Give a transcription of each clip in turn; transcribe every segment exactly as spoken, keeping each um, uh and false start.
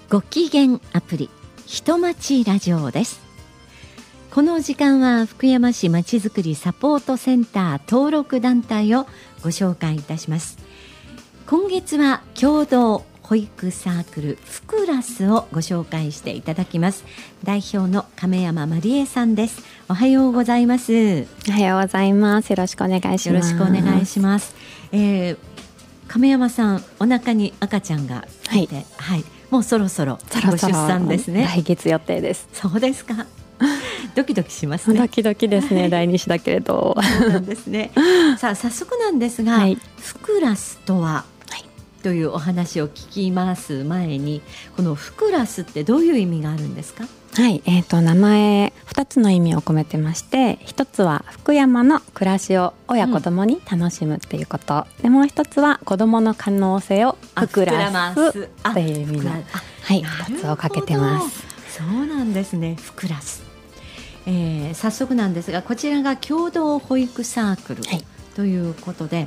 ご機嫌アプリ人町ラジオです。この時間は福山市まちづくりサポートセンター登録団体をご紹介いたします。今月は共同保育サークルフクラスをご紹介していただきます。代表の亀山まりえさんです。おはようございます。 おはようございます。よろしくお願いします。 よろしくお願いします。えー、亀山さん、お腹に赤ちゃんがいて、はいはい、もうそろそろご出産ですね。 来月予定です。 そうですか。ドキドキしますね。 ドキドキですね。だいに子だけれど。 そうなんですね。さあ早速なんですが、はい、フクラスとは、はい、というお話を聞きます前に、このフクラスってどういう意味があるんですか？ はい、えーと、名前ふたつの意味を込めてまして、ひとつは福山の暮らしを親子共に楽しむっていうこと、うん、でもうひとつは子供の可能性を膨らすという意味の、はい、ふたつをかけてます。 そうなんですね。フクラス、えー、早速なんですが、こちらが共同保育サークルということで、はい、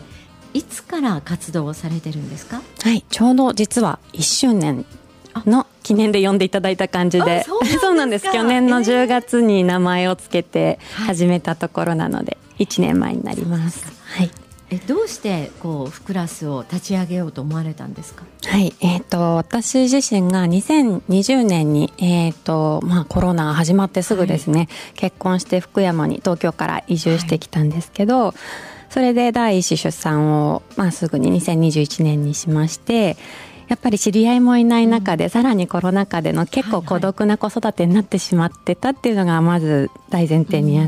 いつから活動をされてるんですか？ はい、ちょうど実はいっしゅうねんの記念で呼んでいただいた感じで、そうなんです。去年のじゅうがつに名前をつけて始めたところなので、はい、いちねんまえになります。はい、 えどうしてこうフクラスを立ち上げようと思われたんですか？ はい、えー、と私自身がにせんにじゅうねんに、えーとまあ、コロナが始まってすぐですね、はい、結婚して福山に東京から移住してきたんですけど、はい、それで第一子出産を、まあ、すぐににせんにじゅういちねんにしまして、やっぱり知り合いもいない中で、うん、さらにコロナ禍での結構孤独な子育てになってしまってたっていうのがまず大前提にあって、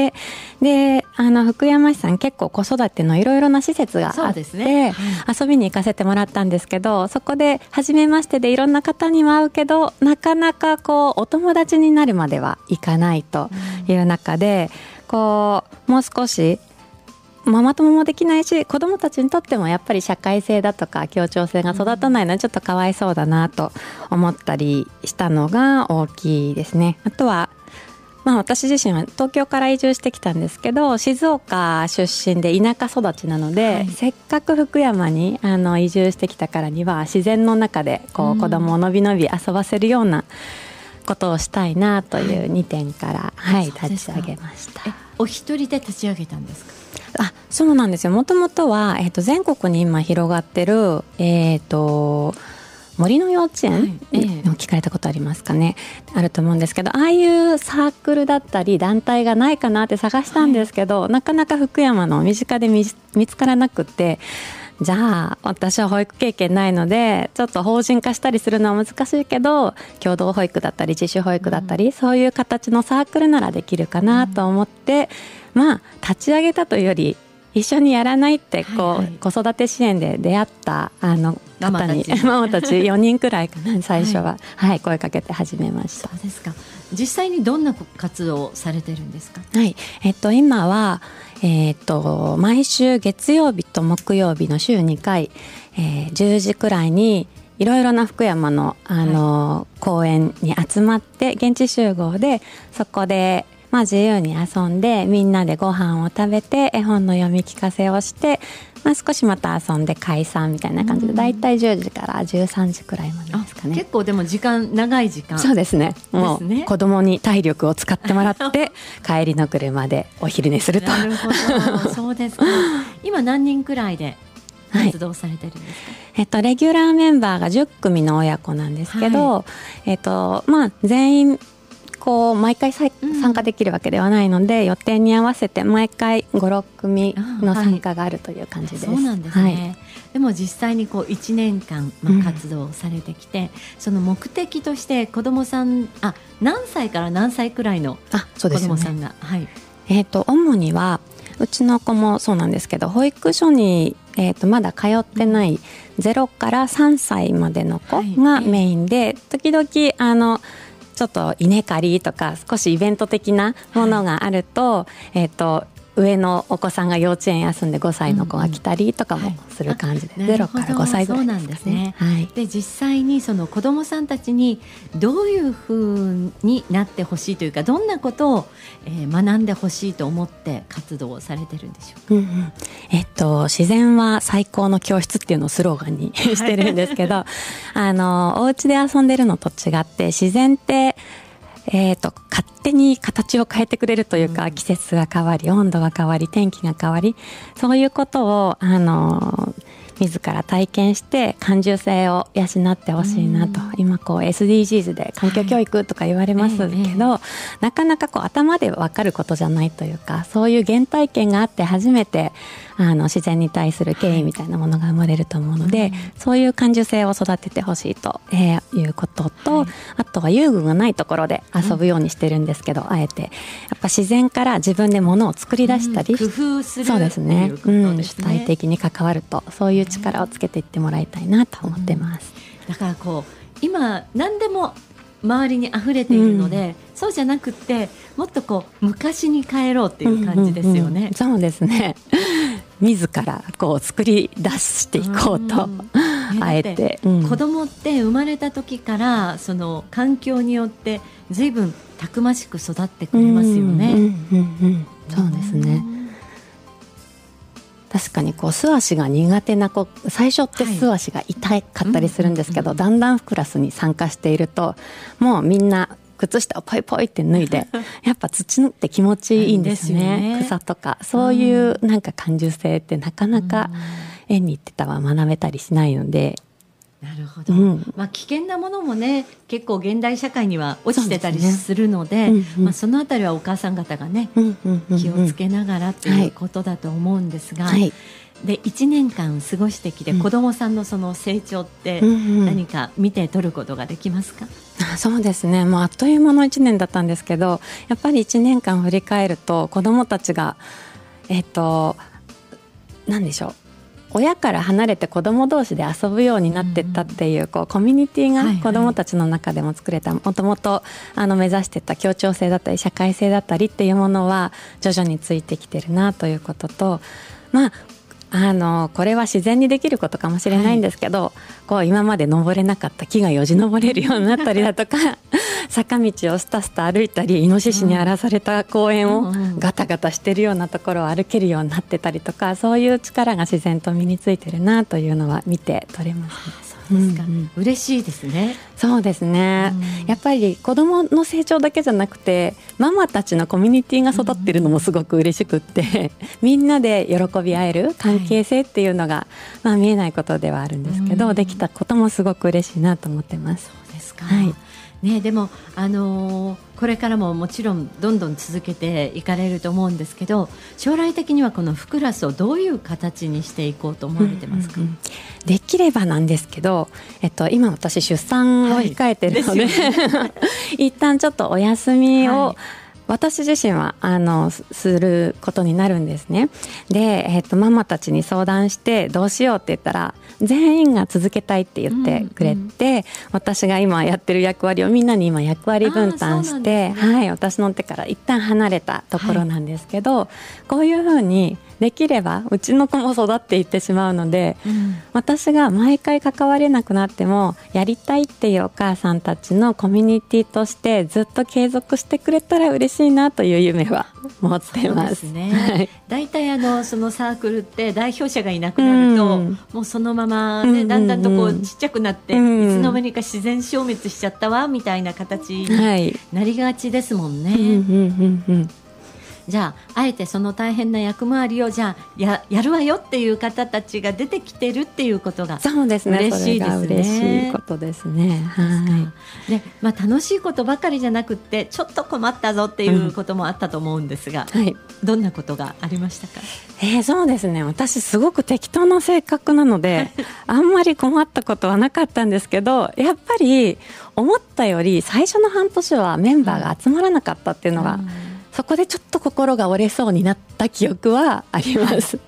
うん、であの福山市さん結構子育てのいろいろな施設があって、ね、はい、遊びに行かせてもらったんですけど、そこで初めましてでいろんな方には会うけど、なかなかこうお友達になるまではいかないという中で、うん、こうもう少しママ友もできないし、子どもたちにとってもやっぱり社会性だとか協調性が育たないのはちょっとかわいそうだなと思ったりしたのが大きいですね。あとは、まあ、私自身は東京から移住してきたんですけど、静岡出身で田舎育ちなので、はい、せっかく福山にあの移住してきたからには自然の中でこう子どもをのびのび遊ばせるようなことをしたいなというにてんから、はいはい、立ち上げました。 えお一人で立ち上げたんですか？ あ、そうなんですよ。もともとは、えーと、全国に今広がってる、えーと、森の幼稚園、はい、えー、聞かれたことありますかね？あると思うんですけど、ああいうサークルだったり団体がないかなって探したんですけど、はい、なかなか福山の身近で 見, 見つからなくて、じゃあ私は保育経験ないのでちょっと法人化したりするのは難しいけど、共同保育だったり自主保育だったり、うん、そういう形のサークルならできるかなと思って、うん、まあ立ち上げたというより一緒にやらないってこう、はいはい、子育て支援で出会ったあの方にママたちよにんくらいかな最初は、はいはい、声かけて始めました。 そうですか。実際にどんな活動をされてるんですか？ はい、えっと、今は、えー、っと毎週月曜日と木曜日の週にかい、えー、じゅうじくらいにいろいろな福山の、あの、はい、公園に集まって現地集合で、そこでまあ、自由に遊んでみんなでご飯を食べて絵本の読み聞かせをして、まあ、少しまた遊んで解散みたいな感じで、だいたいじゅうじからじゅうさんじくらいまでですかね。 結構でも時間長い時間。 そうですね。もうですね、子供に体力を使ってもらって帰りの車でお昼寝すると。 なるほど。そうですか。今何人くらいで活動されてるんですか？はい、 えっと、レギュラーメンバーがじゅっくみの親子なんですけど、はい、えっとまあ、全員こう毎回参加できるわけではないので、うん、予定に合わせて毎回ご、ろっくみの参加があるという感じです。 そうなんですね。はい、でも実際にこういちねんかん、まあ、活動されてきて、うん、その目的として子どもさん、あ、何歳から何歳くらいの子どもさんが、はい、 えーと、主にはうちの子もそうなんですけど、保育所に、えーと、まだ通ってないゼロからさんさいまでの子がメインで、はい、時々あのちょっと稲刈りとか少しイベント的なものがあると、はい、えーと上のお子さんが幼稚園休んでごさいの子が来たりとかもする感じで、うんうん、ゼロからごさいぐらいですね。 そうなんですね、はい、で実際にその子どもさんたちにどういうふうになってほしいというか、どんなことを、えー、学んでほしいと思って活動をされてるんでしょうか。 うんうん、えっと、自然は最高の教室っていうのをスローガンにしてるんですけど、はい、あのお家で遊んでるのと違って自然ってえーと、勝手に形を変えてくれるというか、うん、季節が変わり温度が変わり天気が変わり、そういうことをあの自ら体験して感受性を養ってほしいなと、うん、今こう エスディージーズ で環境教育とか言われますけど、はいえー、なかなかこう頭で分かることじゃないというか、そういう原体験があって初めてあの自然に対する敬意みたいなものが生まれると思うので、はい、そういう感受性を育ててほしいと、えー、いうことと、はい、あとは遊具がないところで遊ぶようにしてるんですけど、うん、あえてやっぱ自然から自分で物を作り出したり、 うん、工夫するそうですね、 ということですね、 うん、主体的に関わると、そういう力をつけていってもらいたいなと思ってます、 うん、だからこう今何でも周りに溢れているので、うん、そうじゃなくってもっとこう昔に帰ろうっていう感じですよね、うんうんうん、 そうですね自らこう作り出していこうと、うん、あえて、うん、 子供って生まれた時からその環境によって随分たくましく育ってくれますよね、うんうんうんうん、 そうですね、確かにこう素足が苦手な子、最初って素足が痛かったりするんですけど、はい、だんだんクラスに参加しているともうみんな靴下をポイポイって脱いでやっぱ土って気持ちいいんですね、ですよね、草とかそういうなんか感受性ってなかなか園に行ってたは学べたりしないので、 なるほど、うんまあ、危険なものもね結構現代社会には落ちてたりするの で, で、ねうんうんまあ、そのあたりはお母さん方がね、うんうんうんうん、気をつけながらということだと思うんですが、はい、でいちねんかん過ごしてきて、うん、子どもさんのその成長って何か見て取ることができますか？ うんうん、そうですね、もうあっという間のいちねんだったんですけど、やっぱりいちねんかん振り返ると子どもたちがえっと何でしょう、親から離れて子ども同士で遊ぶようになっていったっていう、こうコミュニティが子どもたちの中でも作れた、もともと目指していた協調性だったり社会性だったりっていうものは徐々についてきてるなということと、まああのこれは自然にできることかもしれないんですけど、はい、こう今まで登れなかった木がよじ登れるようになったりだとか坂道をスタスタ歩いたり、イノシシに荒らされた公園をガタガタしてるようなところを歩けるようになってたりとか、そういう力が自然と身についてるなというのは見て取れます、ね。 そうですか、うんうん、嬉しいですね。 そうですね、うん、やっぱり子どもの成長だけじゃなくてママたちのコミュニティが育ってるのもすごく嬉しくって、うん、みんなで喜び合える関係性っていうのが、はいまあ、見えないことではあるんですけど、うん、できたこともすごく嬉しいなと思ってます。 そうですか、 はいね、でも、あのー、これからももちろんどんどん続けていかれると思うんですけど、将来的にはこのフクラスをどういう形にしていこうと思われてますか？うんうんうん、 できればなんですけど、えっと、今私出産を控えてるので、はい、一旦ちょっとお休みを、はい私自身はあのすることになるんですね。で、えーと、ママたちに相談してどうしようって言ったら全員が続けたいって言ってくれて、うんうん、私が今やってる役割をみんなに今役割分担して、ねはい、私の手から一旦離れたところなんですけど、はい、こういうふうにできればうちの子も育っていってしまうので、うん、私が毎回関われなくなってもやりたいっていうお母さんたちのコミュニティとしてずっと継続してくれたら嬉しいなという夢は持ってます。 そうですね、はい、だいたいあのそのサークルって代表者がいなくなると、うん、もうそのまま、ねうんうんうん、だんだんとこうちっちゃくなって、うん、いつの間にか自然消滅しちゃったわみたいな形になりがちですもんね、はいうんうんうんうんじゃああえてその大変な役回りをじゃあ や, やるわよっていう方たちが出てきてるっていうことがそうですね、 嬉しいですね。 それが嬉しいことですね。はいで、まあ、楽しいことばかりじゃなくってちょっと困ったぞっていうこともあったと思うんですが、うんはい、どんなことがありましたか？ えー、そうですね、私すごく適当な性格なのであんまり困ったことはなかったんですけど、やっぱり思ったより最初の半年はメンバーが集まらなかったっていうのが、うんそこでちょっと心が折れそうになった記憶はあります、はい、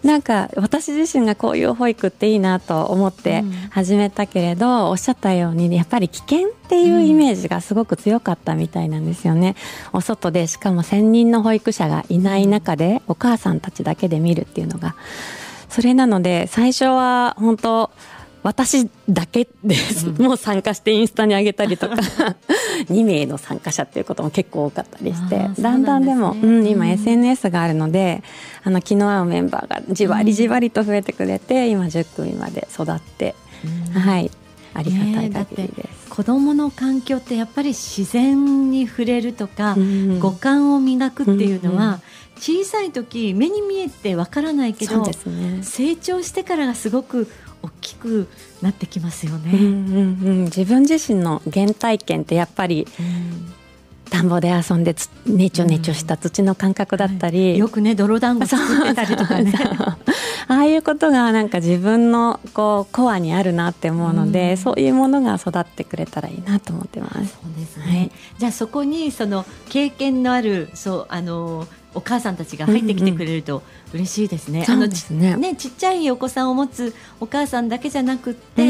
なんか私自身がこういう保育っていいなと思って始めたけれど、うん、おっしゃったようにやっぱり危険っていうイメージがすごく強かったみたいなんですよね、うん、お外でしかも専任の保育者がいない中でお母さんたちだけで見るっていうのが、それなので最初は本当私だけです、うん、もう参加してインスタに上げたりとかに名の参加者っていうことも結構多かったりして、だんだんでも、うん、今 エスエヌエス があるので、あの気の合うメンバーがじわりじわりと増えてくれて、うん、今じゅっ組まで育って、うん、はいありがたい限りです、ね、 子どもの環境ってやっぱり自然に触れるとか、うん、五感を磨くっていうのは、うんうん、小さい時目に見えてわからないけど、そうですね、成長してからがすごく大きくなってきますよね、うんうんうん、自分自身の原体験ってやっぱり、うん、田んぼで遊んでつねちょねちょした土の感覚だったり、 はい、よくね泥団子作ってたりとかねああいうことがなんか自分のこうコアにあるなって思うので、うん、そういうものが育ってくれたらいいなと思ってます。 そうですね、はい、じゃあそこにその経験のあるそうあのお母さんたちが入ってきてくれると嬉しいですね。 そうですね。 あのち、ね、ちっちゃいお子さんを持つお母さんだけじゃなくって、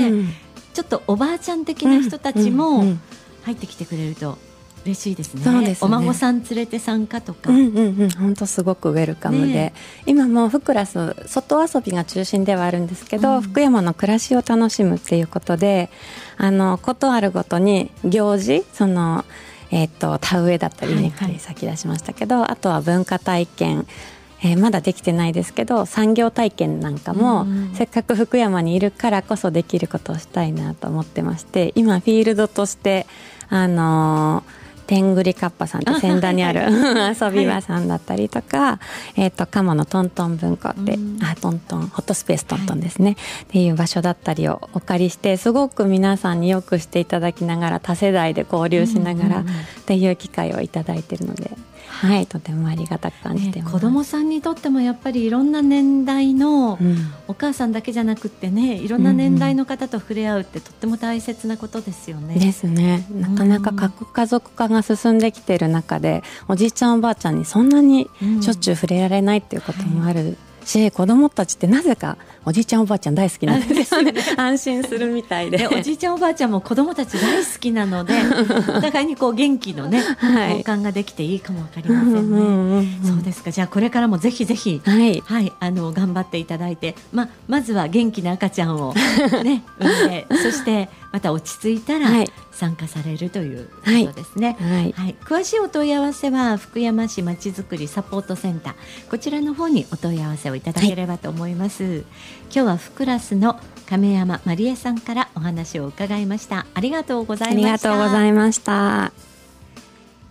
うん、ちょっとおばあちゃん的な人たちも入ってきてくれると嬉しいですね。 そうですね。 お孫さん連れて参加とか、 うんうんうん、本当すごくウェルカムで、ね、今もふクラス外遊びが中心ではあるんですけど、うん、福山の暮らしを楽しむっていうことで、あのことあるごとに行事、そのえー、と田植えだったりね、はいはい、先出しましたけど、あとは文化体験、えー、まだできてないですけど産業体験なんかも、うん、せっかく福山にいるからこそできることをしたいなと思ってまして、今フィールドとしてあのーてんぐりかっぱさんって仙台にある遊び場さんだったりとか、はい、えー、と鴨のトントン文庫って、うん、あトントンホットスペーストントンですね、はい、っていう場所だったりをお借りして、すごく皆さんによくしていただきながら多世代で交流しながらっていう機会をいただいているので、はい、とてもありがたく感じています、 ね、子どもさんにとってもやっぱりいろんな年代の、うん、お母さんだけじゃなくってね、いろんな年代の方と触れ合うってとっても大切なことですよね、うん、 ですね。なかなか核家族化が進んできている中で、おじいちゃんおばあちゃんにそんなにしょっちゅう触れられないっていうこともある、うん、はい、し子どもたちってなぜかおじいちゃんおばあちゃん大好きなんですよね安心するみたいで、 でおじいちゃんおばあちゃんも子どもたち大好きなのでお互いにこう元気のね、はい、交換ができていいかもわかりませんね、うんうんうん、そうですか。じゃあこれからもぜひぜひ、はいはい、あの頑張っていただいて、ま、まずは元気な赤ちゃんを、ね、産んでそしてまた落ち着いたら参加されるということですね、はいはいはい、詳しいお問い合わせは福山市まちづくりサポートセンター、こちらの方にお問い合わせをいただければと思います、はい、今日はふクラスの亀山まりえさんからお話を伺いました。ありがとうございました。 ありがとうございました。